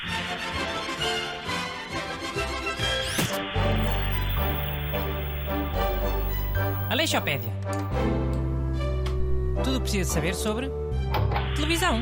Aleixopédia. Tudo o que precisa saber sobre televisão.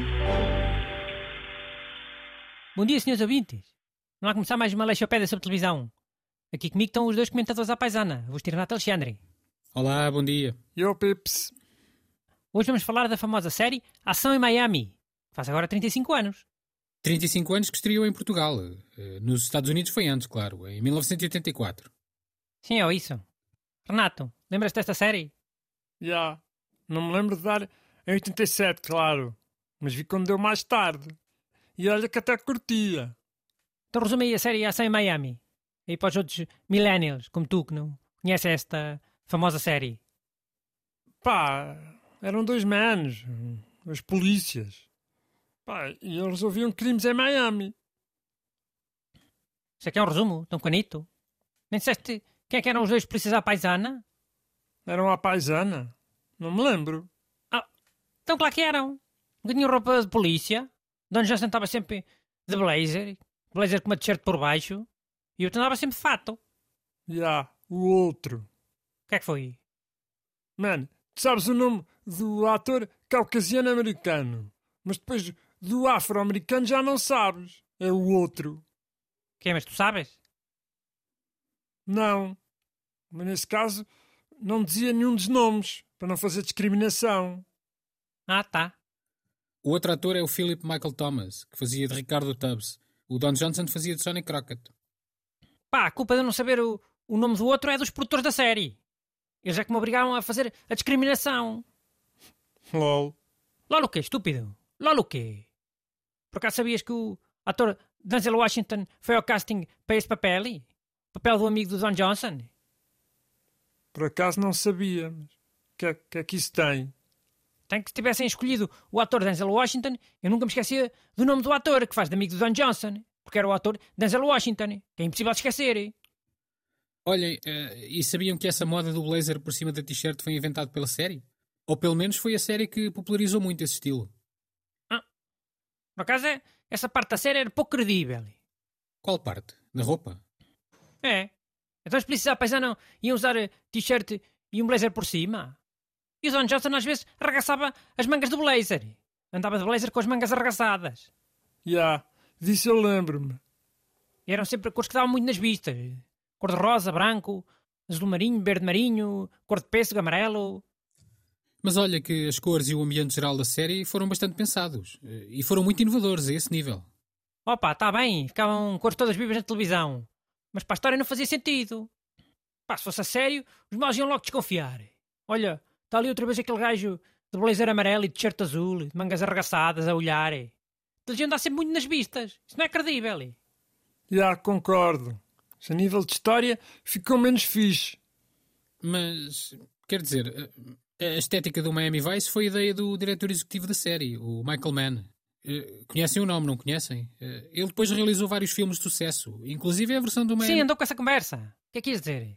Bom dia, senhores ouvintes. Não há a começar mais uma Aleixopédia sobre televisão. Aqui comigo estão os dois comentadores à paisana, o Renato Alexandre. Olá, bom dia. E o Pips. Hoje vamos falar da famosa série Ação em Miami, que faz agora 35 anos. 35 anos que estreou em Portugal. Nos Estados Unidos foi antes, claro, em 1984. Sim, é isso. Renato, lembras-te desta série? Já. Não me lembro de dar em 87, claro. Mas vi quando deu mais tarde. E olha que até curtia. Então resume aí a série Ação em Miami. Aí para os outros millennials, como tu, que não conhecem esta famosa série. Pá, eram dois manos, as polícias. Pá, e eles resolviam crimes em Miami. Isso aqui é um resumo, tão canito. Nem disseste quem é que eram os dois polícias à paisana? Eram à paisana? Não me lembro. Então claro que eram. Um tinham roupa de polícia. Don Johnson estava sempre de blazer com uma t-shirt por baixo. E eu andava sempre de fato. Já, o outro. O que é que foi? Mano, tu sabes o nome do ator caucasiano-americano. Mas depois do afro-americano já não sabes. É o outro. Quem, mas tu sabes? Não. Mas nesse caso não dizia nenhum dos nomes. Para não fazer discriminação. Ah, tá. O outro ator é o Philip Michael Thomas, que fazia de Ricardo Tubbs. O Don Johnson fazia de Sonny Crockett. Pá, a culpa de eu não saber o nome do outro é dos produtores da série. Eles é que me obrigaram a fazer a discriminação. LOL. LOL o quê, estúpido? LOL o quê? Por acaso sabias que o ator Denzel Washington foi ao casting para este papel? Papel do amigo do Don Johnson? Por acaso não sabia. Mas o que é que isso tem? Tem que se tivessem escolhido o ator Denzel Washington, eu nunca me esquecia do nome do ator que faz de amigo do Don Johnson. Porque era o ator Denzel Washington, que é impossível de esquecer. Olhem, e sabiam que essa moda do blazer por cima da t-shirt foi inventado pela série? Ou pelo menos foi a série que popularizou muito esse estilo. Por acaso, essa parte da série era pouco credível. Qual parte? Da roupa? É. Então os polícias à paisana iam usar t-shirt e um blazer por cima. E o Don Johnson às vezes arregaçava as mangas do blazer. Andava de blazer com as mangas arregaçadas. Já, disso eu lembro-me. E eram sempre cores que davam muito nas vistas. Cor de rosa, branco, azul marinho, verde marinho, cor de pêssego, amarelo. Mas olha que as cores e o ambiente geral da série foram bastante pensados. E foram muito inovadores a esse nível. Opa, está bem, ficavam cores todas vivas na televisão. Mas para a história não fazia sentido. Pá, se fosse a sério, os maus iam logo desconfiar. Olha, está ali outra vez aquele gajo de blazer amarelo e de t-shirt azul, de mangas arregaçadas a olhar. Eles iam dar sempre muito nas vistas. Isso não é credível. Já, concordo. Se a nível de história ficou menos fixe. Mas, quer dizer, a estética do Miami Vice foi ideia do diretor executivo da série, o Michael Mann. Conhecem o nome, não conhecem? Ele depois realizou vários filmes de sucesso, inclusive a versão do Miami... Sim, andou com essa conversa. O que é que ias dizer?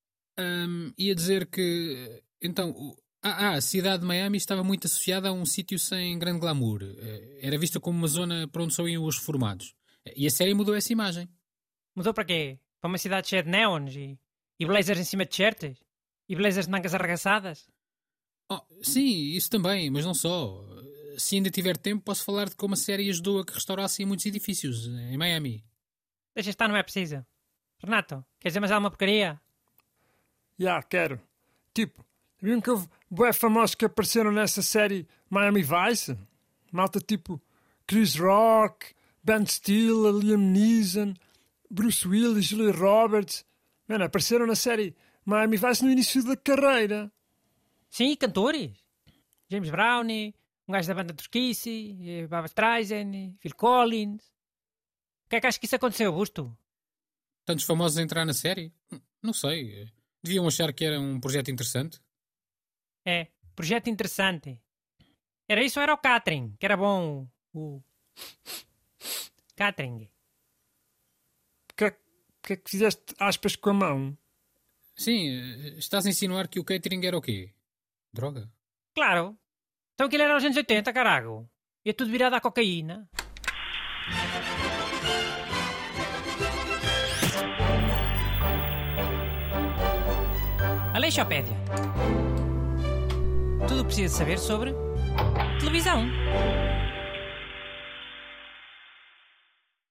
Ia dizer que... Então, a cidade de Miami estava muito associada a um sítio sem grande glamour. Era vista como uma zona para onde só iam os reformados. E a série mudou essa imagem. Mudou para quê? Para uma cidade cheia de neons e blazers em cima de t-shirts? E blazers de mangas arregaçadas? Oh, sim, isso também, mas não só. Se ainda tiver tempo, posso falar de como a série ajudou a que restaurassem muitos edifícios em Miami. Deixa estar, não é preciso. Renato, quer dizer mais alguma porcaria? Já, quero. Tipo, viram que houve bué famosos que apareceram nessa série Miami Vice? Malta tipo Chris Rock, Ben Stiller, Liam Neeson, Bruce Willis, Julia Roberts. Mano, apareceram na série Miami Vice no início da carreira. Sim, cantores. James Brown, um gajo da banda Turquice, Barbra Streisand, Phil Collins. O que é que achas que isso aconteceu, Busto? Tantos famosos a entrar na série? Não sei. Deviam achar que era um projeto interessante. É, projeto interessante. Era isso ou era o catering? Que era bom. O catering. Que é que fizeste aspas com a mão? Sim, estás a insinuar que o catering era o quê? Droga? Claro. Então aquilo era aos anos 80, carago. Ia tudo virado à cocaína. Aleixopédia. Tudo o que precisa saber sobre televisão.